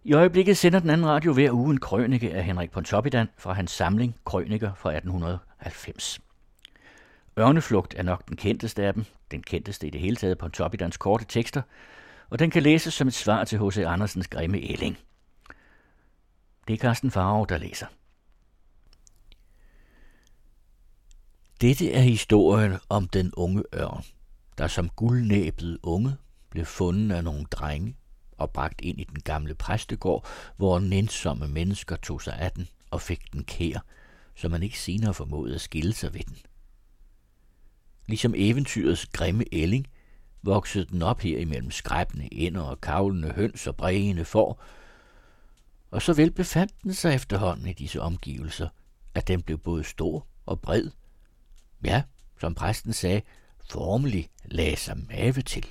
I øjeblikket sender den anden radio hver uge en krønike af Henrik Pontoppidan fra hans samling Krøniker fra 1890. Ørneflugt er nok den kendteste af dem, den kendteste i det hele taget Pontoppidans korte tekster, og den kan læses som et svar til H.C. Andersens grimme ælling. Det er Carsten Faurer, der læser. Dette er historien om den unge ørn, der som guldnæbet unge blev fundet af nogle drenge og bragt ind i den gamle præstegård, hvor nænsomme mennesker tog sig af den og fik den kær, så man ikke senere formåede at skille sig ved den. Ligesom eventyrets grimme ælling, voksede den op her imellem skræbne ænder og kavlende høns og brægende får, og så vel befandt den sig efterhånden i disse omgivelser, at den blev både stor og bred. Ja, som præsten sagde, formelig lagde sig mave til.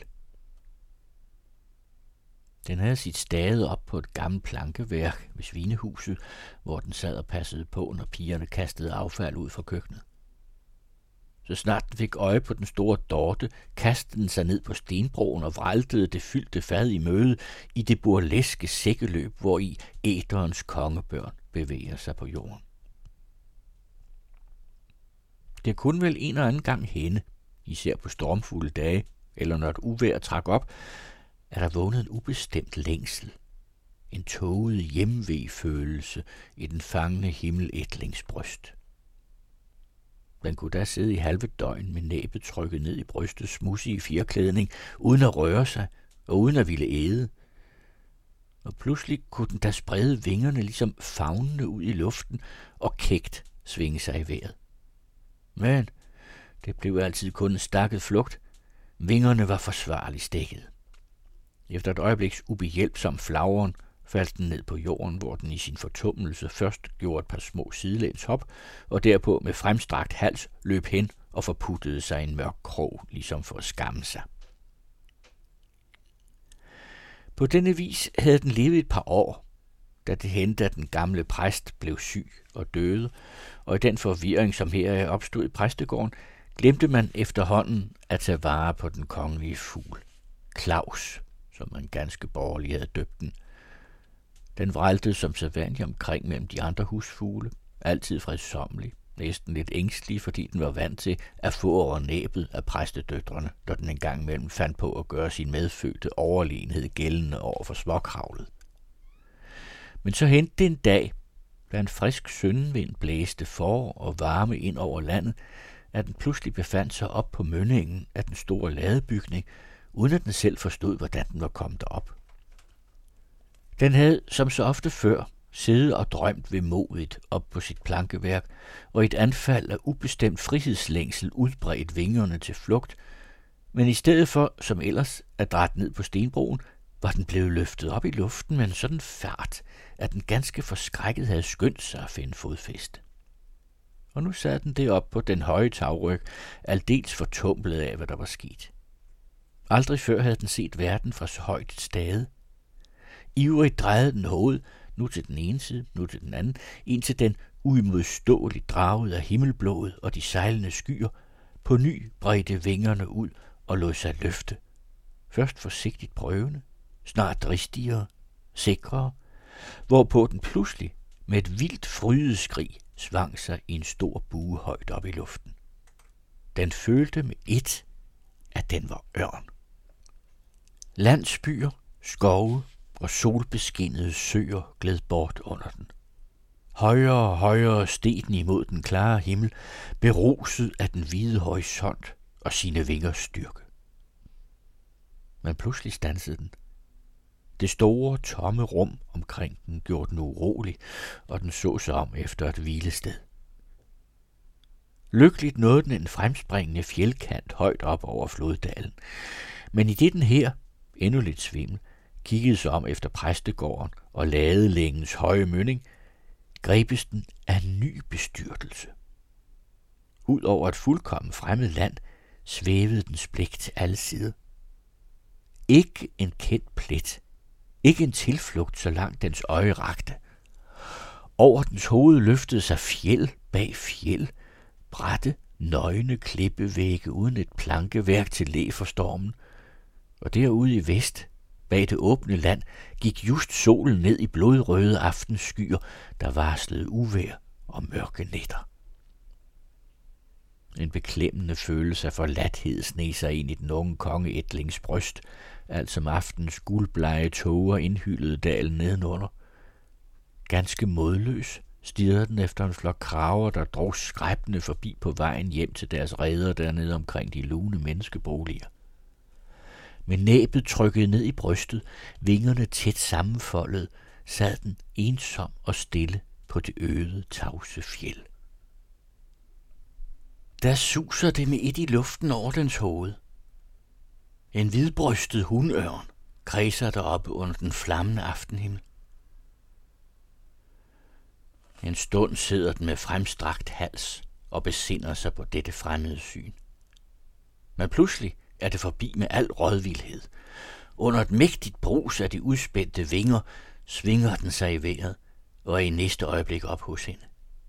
Den havde sit stade op på et gammelt plankeværk ved svinehuset, hvor den sad og passede på, når pigerne kastede affald ud fra køkkenet. Så snart den fik øje på den store dorte, kastede den sig ned på stenbroen og vræltede det fyldte fad i møde i det burleske sækkeløb, hvori æterens kongebørn bevæger sig på jorden. Det kunne vel en og anden gang hænde, især på stormfulde dage, eller når et uvejr trak op, at der vågnede en ubestemt længsel, en tåget hjemvefølelse i den fangende himmelætlings bryst. Den kunne da sidde i halve døgn med næbet trykket ned i brystets smudsige fjerklædning, uden at røre sig og uden at ville æde. Og pludselig kunne den da sprede vingerne ligesom favnende ud i luften og kægt svinge sig i vejret. Men det blev altid kun en stakket flugt. Vingerne var forsvarligt stækket. Efter et øjebliks ubehjælpsom flagren faldt den ned på jorden, hvor den i sin fortummelse først gjorde et par små sidelæns hop, og derpå med fremstrakt hals løb hen og forputtede sig i en mørk krog, ligesom for at skamme sig. På denne vis havde den levet et par år, da det hændte, at den gamle præst blev syg og døde, og i den forvirring, som her opstod i præstegården, glemte man efterhånden at tage vare på den kongelige fugl, Claus, som man ganske borgerlig havde døbt den. Den vræltede som sædvanlig omkring mellem de andre husfugle, altid fredsommelig, næsten lidt ængstelig, fordi den var vant til at få over næbet af præstedøtrene, når den engang mellem fandt på at gøre sin medfødte overlegenhed gældende over for småkravlet. Men så hentede det en dag, da en frisk søndenvind blæste for og varme ind over landet, at den pludselig befandt sig op på mønningen af den store ladebygning, uden at den selv forstod, hvordan den var kommet op. Den havde, som så ofte før, siddet og drømt vemodigt op på sit plankeværk, og i et anfald af ubestemt frihedslængsel udbredt vingerne til flugt, men i stedet for, som ellers, at drætte ned på stenbroen, var den blevet løftet op i luften med en sådan fart, at den ganske forskrækket havde skyndt sig at finde fodfæste. Og nu sad den deroppe på den høje tagryg, aldeles fortumplet af, hvad der var sket. Aldrig før havde den set verden fra så højt et stade. Ivrigt drejede den hovedet, nu til den ene side, nu til den anden, indtil den uimodståeligt dragede af himmelblået og de sejlende skyer, på ny bredte vingerne ud og lod sig løfte. Først forsigtigt prøvende, snart dristigere, sikrere, hvorpå den pludselig med et vildt frydeskrig svang sig i en stor bue højt op i luften. Den følte med ét, at den var ørn. Landsbyer, skove og solbeskinnede søer gled bort under den. Højere og højere steg den imod den klare himmel, beruset af den hvide horisont og sine vingers styrke. Men pludselig standsede den. Det store, tomme rum omkring den gjorde den urolig, og den så sig om efter et hvilested. Lykkeligt nåede den en fremspringende fjeldkant højt op over floddalen, men i det den her, endnu lidt svimmel, kiggede sig om efter præstegården og ladelængens høje mønning, grebes den af en ny bestyrtelse. Ud over et fuldkommen fremmed land svævede dens blik til alle sider. Ikke en kendt plet, ikke en tilflugt, så langt dens øje rakte. Over dens hoved løftede sig fjeld bag fjeld, bratte, nøgne klippevægge uden et plankeværk til læ for stormen, og derude i vest Bag det åbne land gik just solen ned i blodrøde aftenskyer, der varslede uvejr og mørke nætter. En beklemmende følelse af forladthed sneg sig ind i den unge kongeætlings bryst, alt som aftens guldblege tåger indhyldede dalen nedenunder. Ganske modløs stirrede den efter en flok kraver, der drog skræbende forbi på vejen hjem til deres reder dernede omkring de lune menneskeboliger. Med næbet trykket ned i brystet, vingerne tæt sammenfoldet, sad den ensom og stille på det øde, tavse fjeld. Der suser det med et i luften over dens hoved. En hvidbrystet hundørn kredser deroppe under den flammende aftenhimmel. En stund sidder den med fremstrakt hals og besinder sig på dette fremmede syn. Men pludselig er det forbi med al rådvildhed. Under et mægtigt brus af de udspændte vinger svinger den sig i vejret og er i næste øjeblik op hos hende.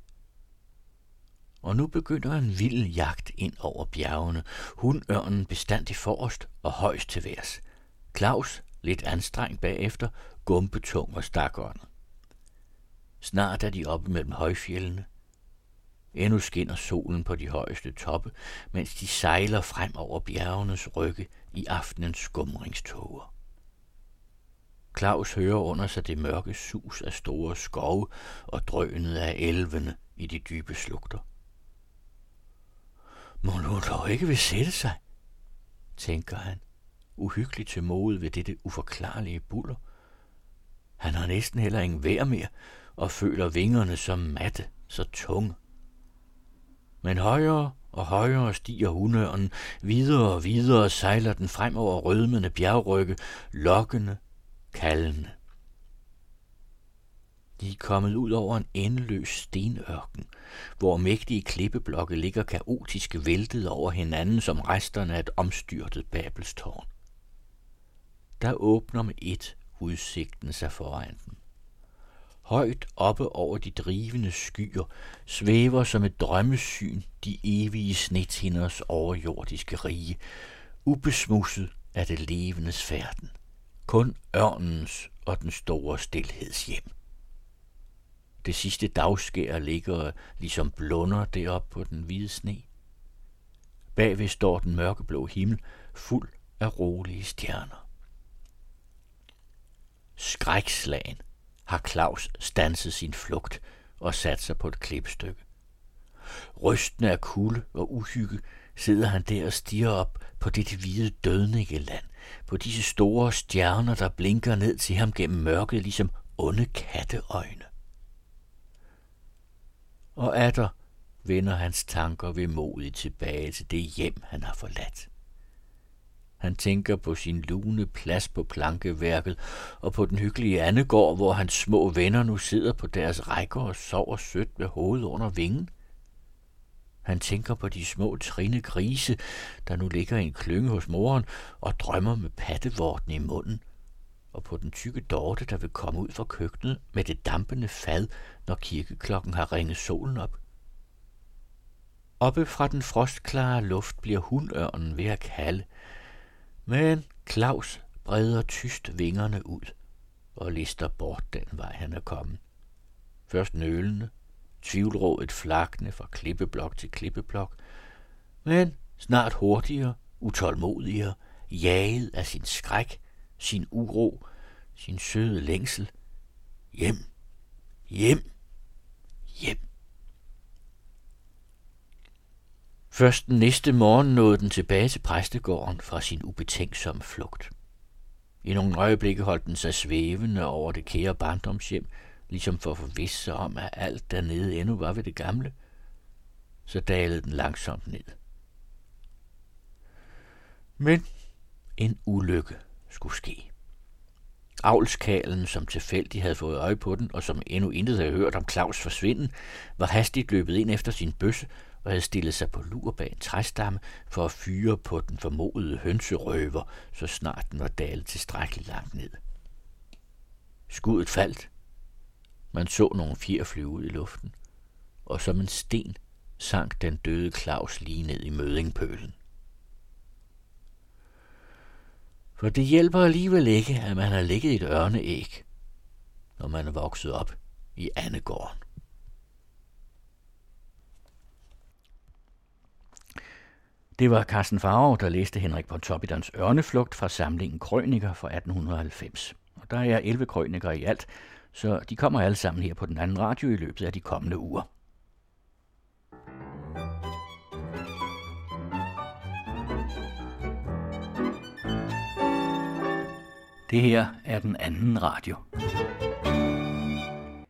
Og nu begynder en vild jagt ind over bjergene, hundørnen bestandig forrest og højst til værs. Claus, lidt anstrengt bagefter, gumpetung og stakåndet. Snart er de oppe mellem højfjeldene. Endnu skinner solen på de højeste toppe, mens de sejler frem over bjergenes rygge i aftenens skumringståger. Claus hører under sig det mørke sus af store skove og drønet af elvene i de dybe slugter. Mon hun dog ikke vil sætte sig, tænker han, uhyggeligt til mode ved dette uforklarlige buller. Han har næsten heller ingen vejr mere og føler vingerne som matte, så tunge. Men højere og højere stiger hundørnen, videre og videre sejler den frem over rødmende bjergrygge, lokkende, kaldende. De er kommet ud over en endeløs stenørken, hvor mægtige klippeblokke ligger kaotisk væltet over hinanden som resterne af et omstyrtet Babelstårn. Der åbner med et udsigten sig foran dem. Højt oppe over de drivende skyer svæver som et drømmesyn de evige snetinders overjordiske rige, ubesmusset af det levendes færden. Kun ørnens og den store stilheds hjem. Det sidste dagskær ligger ligesom blunder derop på den hvide sne. Bagved står den mørkeblå himmel fuld af rolige stjerner. Skrækslagen har Claus standset sin flugt og sat sig på et klippestykke. Rystende af kulde og uhygge sidder han der og stirrer op på dette hvide dødningeland, på disse store stjerner, der blinker ned til ham gennem mørket ligesom onde katteøjne. Og atter vender hans tanker vemodigt tilbage til det hjem, han har forladt. Han tænker på sin lune plads på plankeværket og på den hyggelige andegård, hvor hans små venner nu sidder på deres rækker og sover sødt med hovedet under vingen. Han tænker på de små trinde grise, der nu ligger i en klynge hos moren og drømmer med pattevorten i munden, og på den tykke Dorte, der vil komme ud fra køkkenet med det dampende fad, når kirkeklokken har ringet solen op. Oppe fra den frostklare luft bliver hundørnen ved at kalde, men Claus breder tyst vingerne ud og lister bort den vej, han er kommet. Først nølende, tvivlrådet flakkende fra klippeblok til klippeblok, men snart hurtigere, utålmodigere, jaget af sin skræk, sin uro, sin søde længsel. Hjem, hjem, hjem. Først den næste morgen nåede den tilbage til præstegården fra sin ubetænksomme flugt. I nogle øjeblikke holdt den sig svævende over det kære barndomshjem, ligesom for at forvisse sig om, at alt dernede endnu var ved det gamle. Så dalede den langsomt ned. Men en ulykke skulle ske. Avlskalen, som tilfældigt havde fået øje på den, og som endnu intet havde hørt om Claus' forsvinden, var hastigt løbet ind efter sin bøsse og havde stillet sig på lur bag en træstamme for at fyre på den formodede hønserøver, så snart den var dalet tilstrækkeligt langt ned. Skuddet faldt. Man så nogle fjer flyve ud i luften, og som en sten sank den døde Claus lige ned i møddingpølen. For det hjælper alligevel ikke, at man har ligget i et ørneæg, når man er vokset op i andegården. Det var Carsten Farov, der læste Henrik Pontoppidans Ørneflugt fra samlingen Krøniker fra 1890. Og der er 11 krøniker i alt, så de kommer alle sammen her på den anden radio i løbet af de kommende uger. Det her er den anden radio.